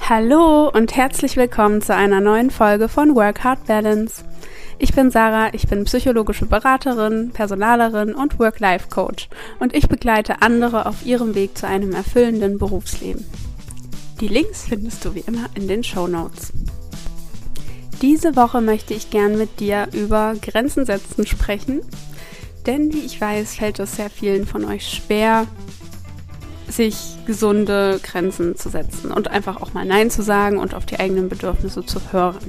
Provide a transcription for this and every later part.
Hallo und herzlich willkommen zu einer neuen Folge von Work Hard Balance. Ich bin Sarah, ich bin psychologische Beraterin, Personalerin und Work-Life-Coach und ich begleite andere auf ihrem Weg zu einem erfüllenden Berufsleben. Die Links findest du wie immer in den Shownotes. Diese Woche möchte ich gern mit dir über Grenzen setzen sprechen, denn wie ich weiß, fällt es sehr vielen von euch schwer, sich gesunde Grenzen zu setzen und einfach auch mal Nein zu sagen und auf die eigenen Bedürfnisse zu hören.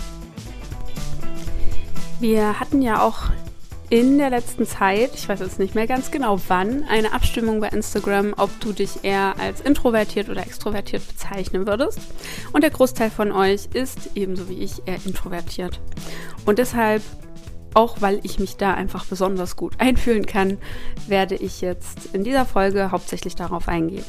Wir hatten ja auch in der letzten Zeit, ich weiß jetzt nicht mehr ganz genau wann, eine Abstimmung bei Instagram, ob du dich eher als introvertiert oder extrovertiert bezeichnen würdest. Und der Großteil von euch ist, ebenso wie ich, eher introvertiert. Und deshalb, auch weil ich mich da einfach besonders gut einfühlen kann, werde ich jetzt in dieser Folge hauptsächlich darauf eingehen.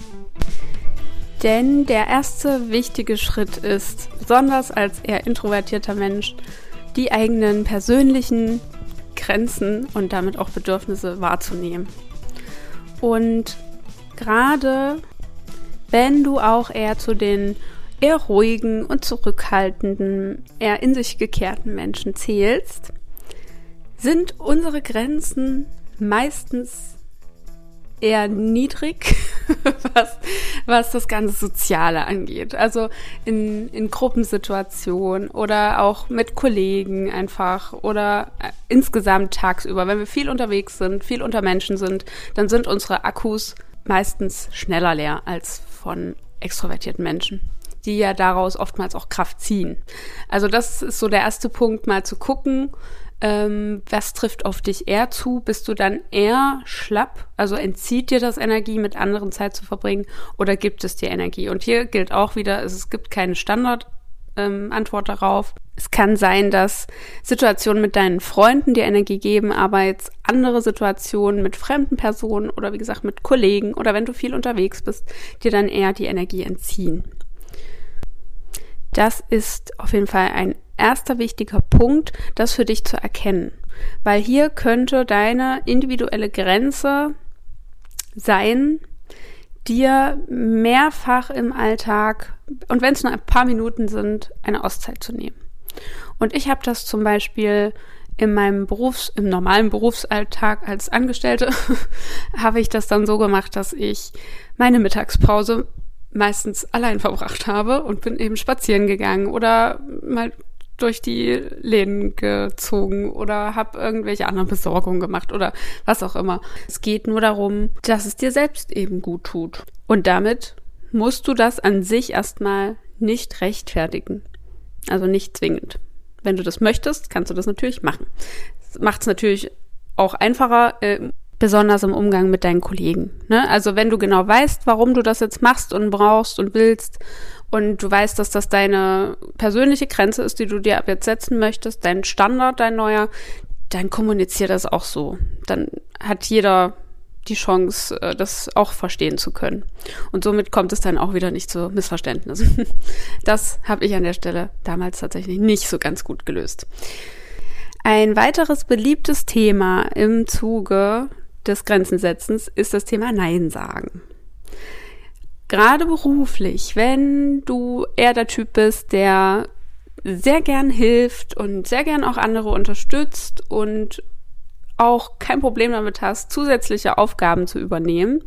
Denn der erste wichtige Schritt ist, besonders als eher introvertierter Mensch, die eigenen persönlichen Grenzen und damit auch Bedürfnisse wahrzunehmen. Und gerade wenn du auch eher zu den eher ruhigen und zurückhaltenden, eher in sich gekehrten Menschen zählst, sind unsere Grenzen meistens eher niedrig, was das ganze Soziale angeht. Also in Gruppensituationen oder auch mit Kollegen einfach oder insgesamt tagsüber. Wenn wir viel unterwegs sind, viel unter Menschen sind, dann sind unsere Akkus meistens schneller leer als von extrovertierten Menschen, die ja daraus oftmals auch Kraft ziehen. Also das ist so der erste Punkt, mal zu gucken, was trifft auf dich eher zu? Bist du dann eher schlapp? Also entzieht dir das Energie, mit anderen Zeit zu verbringen, oder gibt es dir Energie? Und hier gilt auch wieder, es gibt keine Standardantwort darauf. Es kann sein, dass Situationen mit deinen Freunden dir Energie geben, aber jetzt andere Situationen mit fremden Personen oder wie gesagt mit Kollegen oder wenn du viel unterwegs bist, dir dann eher die Energie entziehen. Das ist auf jeden Fall ein erster wichtiger Punkt, das für dich zu erkennen. Weil hier könnte deine individuelle Grenze sein, dir mehrfach im Alltag, und wenn es nur ein paar Minuten sind, eine Auszeit zu nehmen. Und ich habe das zum Beispiel im normalen Berufsalltag als Angestellte, habe ich das dann so gemacht, dass ich meine Mittagspause meistens allein verbracht habe und bin eben spazieren gegangen oder mal durch die Läden gezogen oder habe irgendwelche anderen Besorgungen gemacht oder was auch immer. Es geht nur darum, dass es dir selbst eben gut tut. Und damit musst du das an sich erstmal nicht rechtfertigen. Also nicht zwingend. Wenn du das möchtest, kannst du das natürlich machen. Das macht es natürlich auch einfacher, besonders im Umgang mit deinen Kollegen. Ne? Also wenn du genau weißt, warum du das jetzt machst und brauchst und willst und du weißt, dass das deine persönliche Grenze ist, die du dir ab jetzt setzen möchtest, dein Standard, dein neuer, dann kommunizier das auch so. Dann hat jeder die Chance, das auch verstehen zu können. Und somit kommt es dann auch wieder nicht zu Missverständnissen. Das habe ich an der Stelle damals tatsächlich nicht so ganz gut gelöst. Ein weiteres beliebtes Thema im Zuge des Grenzensetzens ist das Thema Nein sagen. Gerade beruflich, wenn du eher der Typ bist, der sehr gern hilft und sehr gern auch andere unterstützt und auch kein Problem damit hast, zusätzliche Aufgaben zu übernehmen,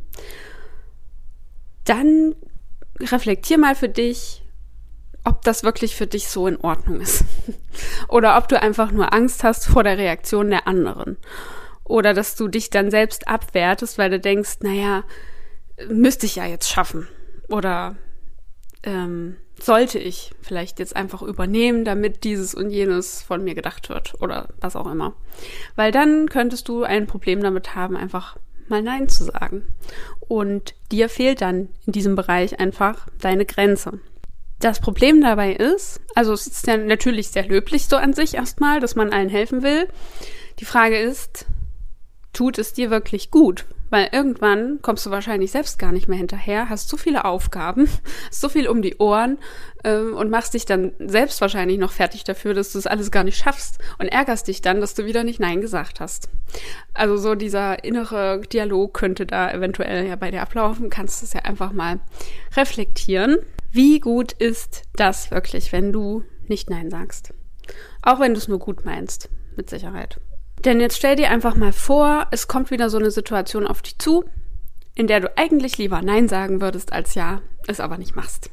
dann reflektier mal für dich, ob das wirklich für dich so in Ordnung ist. Oder ob du einfach nur Angst hast vor der Reaktion der anderen. Oder dass du dich dann selbst abwertest, weil du denkst, naja, müsste ich ja jetzt schaffen. Oder sollte ich vielleicht jetzt einfach übernehmen, damit dieses und jenes von mir gedacht wird. Oder was auch immer. Weil dann könntest du ein Problem damit haben, einfach mal Nein zu sagen. Und dir fehlt dann in diesem Bereich einfach deine Grenze. Das Problem dabei ist, also es ist ja natürlich sehr löblich so an sich erstmal, dass man allen helfen will. Die Frage ist, tut es dir wirklich gut? Weil irgendwann kommst du wahrscheinlich selbst gar nicht mehr hinterher, hast so viele Aufgaben, hast so viel um die Ohren und machst dich dann selbst wahrscheinlich noch fertig dafür, dass du es alles gar nicht schaffst und ärgerst dich dann, dass du wieder nicht Nein gesagt hast. Also so dieser innere Dialog könnte da eventuell ja bei dir ablaufen, kannst du es ja einfach mal reflektieren. Wie gut ist das wirklich, wenn du nicht Nein sagst? Auch wenn du es nur gut meinst, mit Sicherheit. Denn jetzt stell dir einfach mal vor, es kommt wieder so eine Situation auf dich zu, in der du eigentlich lieber Nein sagen würdest als Ja, es aber nicht machst.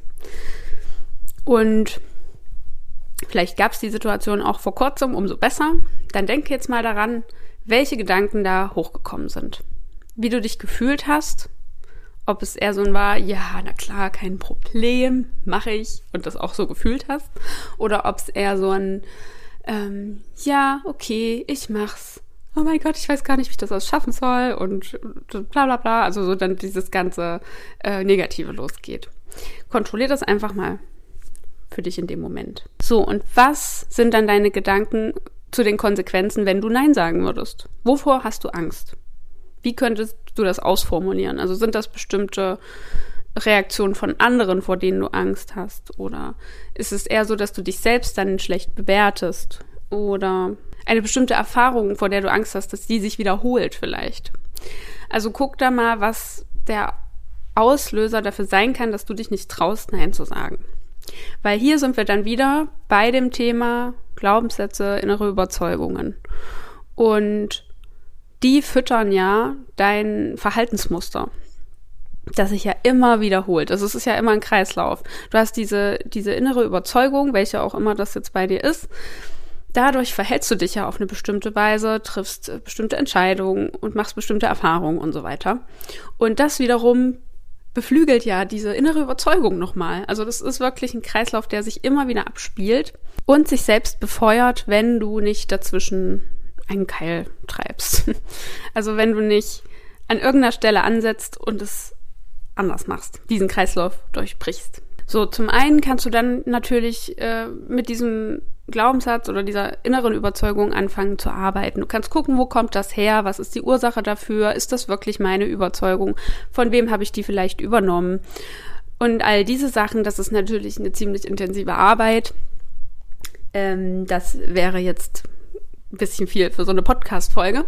Und vielleicht gab es die Situation auch vor kurzem, umso besser. Dann denke jetzt mal daran, welche Gedanken da hochgekommen sind. Wie du dich gefühlt hast, ob es eher so ein war, ja, na klar, kein Problem, mache ich und das auch so gefühlt hast. Oder ob es eher so ein, ja, okay, ich mach's. Oh mein Gott, ich weiß gar nicht, wie ich das schaffen soll und bla bla bla. Also so dann dieses ganze Negative losgeht. Kontrollier das einfach mal für dich in dem Moment. So, und was sind dann deine Gedanken zu den Konsequenzen, wenn du Nein sagen würdest? Wovor hast du Angst? Wie könntest du das ausformulieren? Also sind das bestimmte Reaktionen von anderen, vor denen du Angst hast? Oder ist es eher so, dass du dich selbst dann schlecht bewertest? Oder eine bestimmte Erfahrung, vor der du Angst hast, dass die sich wiederholt vielleicht? Also guck da mal, was der Auslöser dafür sein kann, dass du dich nicht traust, Nein zu sagen. Weil hier sind wir dann wieder bei dem Thema Glaubenssätze, innere Überzeugungen. Und die füttern ja dein Verhaltensmuster, das sich ja immer wiederholt. Also es ist ja immer ein Kreislauf. Du hast diese innere Überzeugung, welche auch immer das jetzt bei dir ist. Dadurch verhältst du dich ja auf eine bestimmte Weise, triffst bestimmte Entscheidungen und machst bestimmte Erfahrungen und so weiter. Und das wiederum beflügelt ja diese innere Überzeugung nochmal. Also das ist wirklich ein Kreislauf, der sich immer wieder abspielt und sich selbst befeuert, wenn du nicht dazwischen einen Keil treibst. Also wenn du nicht an irgendeiner Stelle ansetzt und es anders machst, diesen Kreislauf durchbrichst. So, zum einen kannst du dann natürlich mit diesem Glaubenssatz oder dieser inneren Überzeugung anfangen zu arbeiten. Du kannst gucken, wo kommt das her? Was ist die Ursache dafür? Ist das wirklich meine Überzeugung? Von wem habe ich die vielleicht übernommen? Und all diese Sachen, das ist natürlich eine ziemlich intensive Arbeit. Das wäre jetzt ein bisschen viel für so eine Podcast-Folge.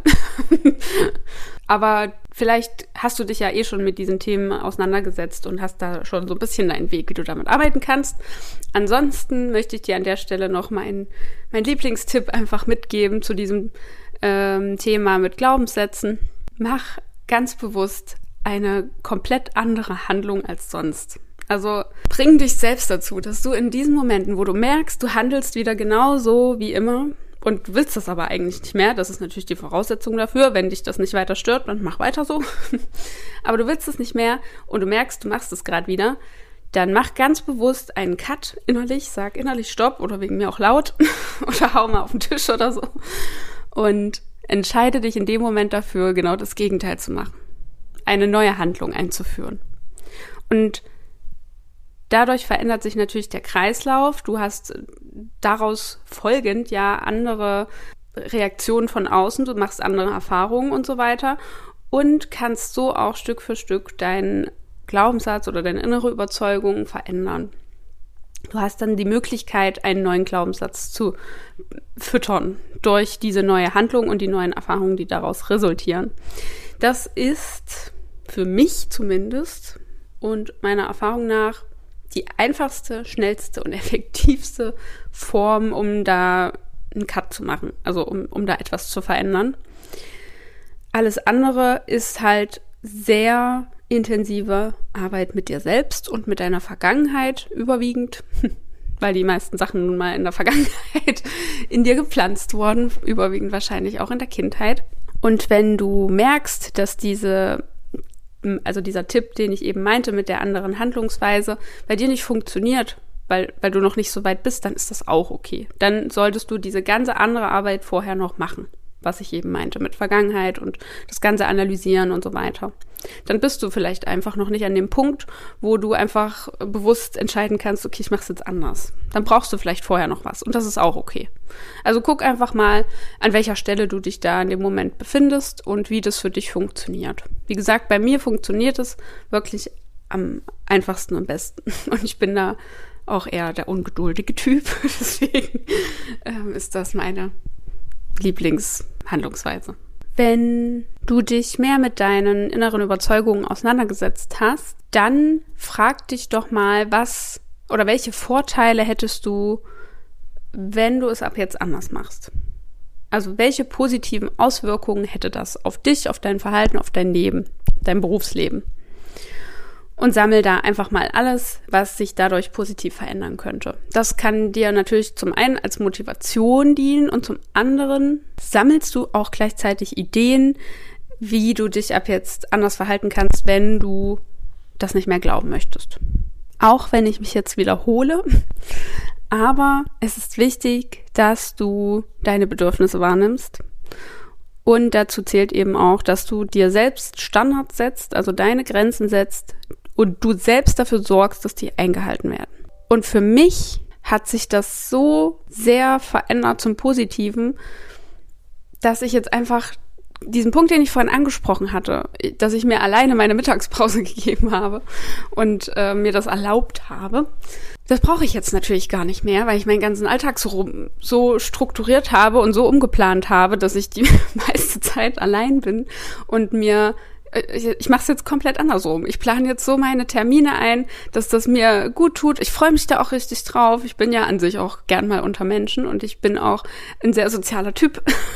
Aber vielleicht hast du dich ja eh schon mit diesen Themen auseinandergesetzt und hast da schon so ein bisschen deinen Weg, wie du damit arbeiten kannst. Ansonsten möchte ich dir an der Stelle noch mein Lieblingstipp einfach mitgeben zu diesem Thema mit Glaubenssätzen. Mach ganz bewusst eine komplett andere Handlung als sonst. Also bring dich selbst dazu, dass du in diesen Momenten, wo du merkst, du handelst wieder genau so wie immer, und du willst das aber eigentlich nicht mehr, das ist natürlich die Voraussetzung dafür, wenn dich das nicht weiter stört, dann mach weiter so. Aber du willst es nicht mehr und du merkst, du machst es gerade wieder, dann mach ganz bewusst einen Cut innerlich, sag innerlich Stopp oder wegen mir auch laut oder hau mal auf den Tisch oder so und entscheide dich in dem Moment dafür, genau das Gegenteil zu machen, eine neue Handlung einzuführen. Und dadurch verändert sich natürlich der Kreislauf. Du hast daraus folgend ja andere Reaktionen von außen, du machst andere Erfahrungen und so weiter und kannst so auch Stück für Stück deinen Glaubenssatz oder deine innere Überzeugung verändern. Du hast dann die Möglichkeit, einen neuen Glaubenssatz zu füttern durch diese neue Handlung und die neuen Erfahrungen, die daraus resultieren. Das ist für mich zumindest und meiner Erfahrung nach die einfachste, schnellste und effektivste Form, um da einen Cut zu machen, also um da etwas zu verändern. Alles andere ist halt sehr intensive Arbeit mit dir selbst und mit deiner Vergangenheit überwiegend, weil die meisten Sachen nun mal in der Vergangenheit in dir gepflanzt wurden, überwiegend wahrscheinlich auch in der Kindheit. Und wenn du merkst, dass dieser Tipp, den ich eben meinte mit der anderen Handlungsweise, bei dir nicht funktioniert, weil du noch nicht so weit bist, dann ist das auch okay. Dann solltest du diese ganze andere Arbeit vorher noch machen, was ich eben meinte mit Vergangenheit und das Ganze analysieren und so weiter. Dann bist du vielleicht einfach noch nicht an dem Punkt, wo du einfach bewusst entscheiden kannst, okay, ich mache es jetzt anders. Dann brauchst du vielleicht vorher noch was und das ist auch okay. Also guck einfach mal, an welcher Stelle du dich da in dem Moment befindest und wie das für dich funktioniert. Wie gesagt, bei mir funktioniert es wirklich am einfachsten und besten und ich bin da auch eher der ungeduldige Typ, deswegen ist das meine Lieblingshandlungsweise. Wenn du dich mehr mit deinen inneren Überzeugungen auseinandergesetzt hast, dann frag dich doch mal, was Oder welche Vorteile hättest du, wenn du es ab jetzt anders machst? Also welche positiven Auswirkungen hätte das auf dich, auf dein Verhalten, auf dein Leben, dein Berufsleben? Und sammel da einfach mal alles, was sich dadurch positiv verändern könnte. Das kann dir natürlich zum einen als Motivation dienen und zum anderen sammelst du auch gleichzeitig Ideen, wie du dich ab jetzt anders verhalten kannst, wenn du das nicht mehr glauben möchtest. Auch wenn ich mich jetzt wiederhole, aber es ist wichtig, dass du deine Bedürfnisse wahrnimmst. Und dazu zählt eben auch, dass du dir selbst Standards setzt, also deine Grenzen setzt und du selbst dafür sorgst, dass die eingehalten werden. Und für mich hat sich das so sehr verändert zum Positiven, dass ich jetzt einfach diesen Punkt, den ich vorhin angesprochen hatte, dass ich mir alleine meine Mittagspause gegeben habe und mir das erlaubt habe, das brauche ich jetzt natürlich gar nicht mehr, weil ich meinen ganzen Alltag so strukturiert habe und so umgeplant habe, dass ich die meiste Zeit allein bin und ich mache es jetzt komplett andersrum. Ich plane jetzt so meine Termine ein, dass das mir gut tut. Ich freue mich da auch richtig drauf. Ich bin ja an sich auch gern mal unter Menschen und ich bin auch ein sehr sozialer Typ.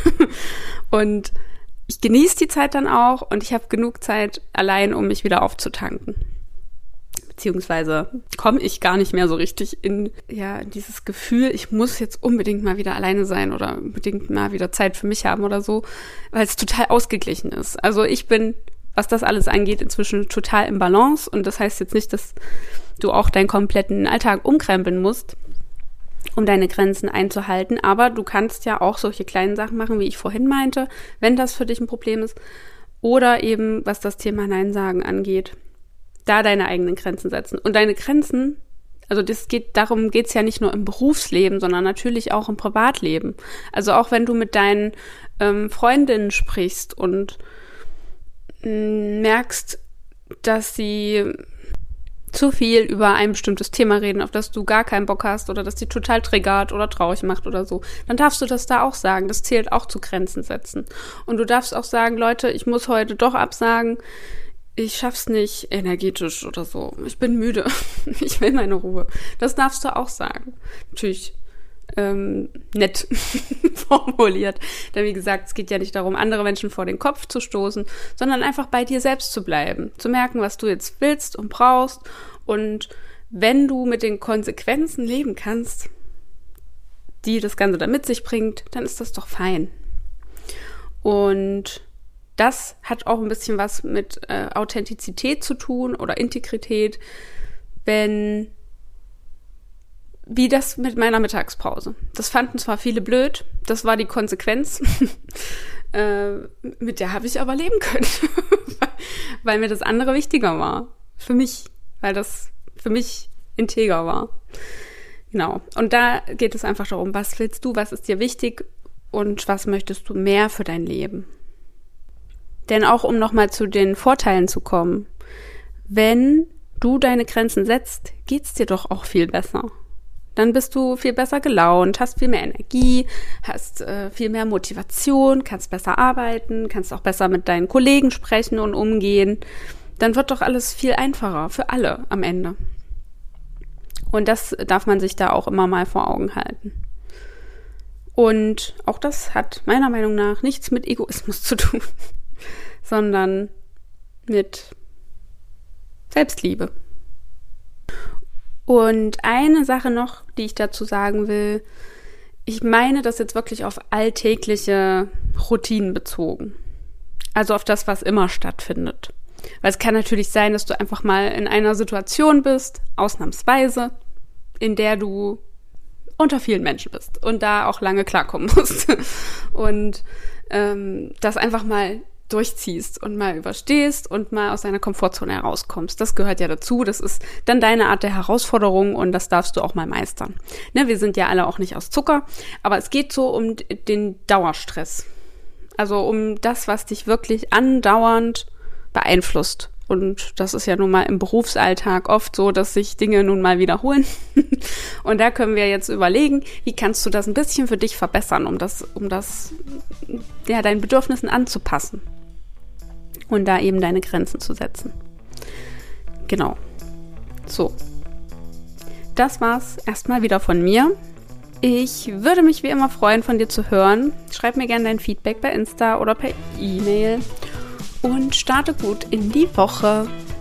Und ich genieße die Zeit dann auch und ich habe genug Zeit allein, um mich wieder aufzutanken. Beziehungsweise komme ich gar nicht mehr so richtig in dieses Gefühl, ich muss jetzt unbedingt mal wieder alleine sein oder unbedingt mal wieder Zeit für mich haben oder so, weil es total ausgeglichen ist. Also ich bin, was das alles angeht, inzwischen total im Balance und das heißt jetzt nicht, dass du auch deinen kompletten Alltag umkrempeln musst, um deine Grenzen einzuhalten, aber du kannst ja auch solche kleinen Sachen machen, wie ich vorhin meinte, wenn das für dich ein Problem ist oder eben, was das Thema Nein sagen angeht, da deine eigenen Grenzen setzen. Und deine Grenzen, also darum geht's ja nicht nur im Berufsleben, sondern natürlich auch im Privatleben. Also auch wenn du mit deinen Freundinnen sprichst und merkst, dass sie zu viel über ein bestimmtes Thema reden, auf das du gar keinen Bock hast oder das dich total triggert oder traurig macht oder so, dann darfst du das da auch sagen. Das zählt auch zu Grenzen setzen. Und du darfst auch sagen, Leute, ich muss heute doch absagen, ich schaff's nicht energetisch oder so. Ich bin müde. Ich will meine Ruhe. Das darfst du auch sagen. Natürlich nett formuliert. Denn wie gesagt, es geht ja nicht darum, andere Menschen vor den Kopf zu stoßen, sondern einfach bei dir selbst zu bleiben. Zu merken, was du jetzt willst und brauchst. Und wenn du mit den Konsequenzen leben kannst, die das Ganze dann mit sich bringt, dann ist das doch fein. Und das hat auch ein bisschen was mit Authentizität zu tun oder Integrität, wie das mit meiner Mittagspause. Das fanden zwar viele blöd, das war die Konsequenz, mit der habe ich aber leben können, weil mir das andere wichtiger war. Für mich, weil das für mich integer war. Genau. Und da geht es einfach darum, was willst du, was ist dir wichtig und was möchtest du mehr für dein Leben. Denn auch um nochmal zu den Vorteilen zu kommen, wenn du deine Grenzen setzt, geht's dir doch auch viel besser. Dann bist du viel besser gelaunt, hast viel mehr Energie, hast viel mehr Motivation, kannst besser arbeiten, kannst auch besser mit deinen Kollegen sprechen und umgehen. Dann wird doch alles viel einfacher für alle am Ende. Und das darf man sich da auch immer mal vor Augen halten. Und auch das hat meiner Meinung nach nichts mit Egoismus zu tun, sondern mit Selbstliebe. Und eine Sache noch, die ich dazu sagen will, ich meine das jetzt wirklich auf alltägliche Routinen bezogen. Also auf das, was immer stattfindet. Weil es kann natürlich sein, dass du einfach mal in einer Situation bist, ausnahmsweise, in der du unter vielen Menschen bist und da auch lange klarkommen musst. Und das einfach mal durchziehst und mal überstehst und mal aus deiner Komfortzone herauskommst. Das gehört ja dazu. Das ist dann deine Art der Herausforderung und das darfst du auch mal meistern. Ne, wir sind ja alle auch nicht aus Zucker, aber es geht so um den Dauerstress. Also um das, was dich wirklich andauernd beeinflusst. Und das ist ja nun mal im Berufsalltag oft so, dass sich Dinge nun mal wiederholen. Und da können wir jetzt überlegen, wie kannst du das ein bisschen für dich verbessern, um das ja, deinen Bedürfnissen anzupassen. Und da eben deine Grenzen zu setzen. Genau. So. das war's erstmal wieder von mir. Ich würde mich wie immer freuen, von dir zu hören. Schreib mir gerne dein Feedback bei Insta oder per E-Mail und starte gut in die Woche.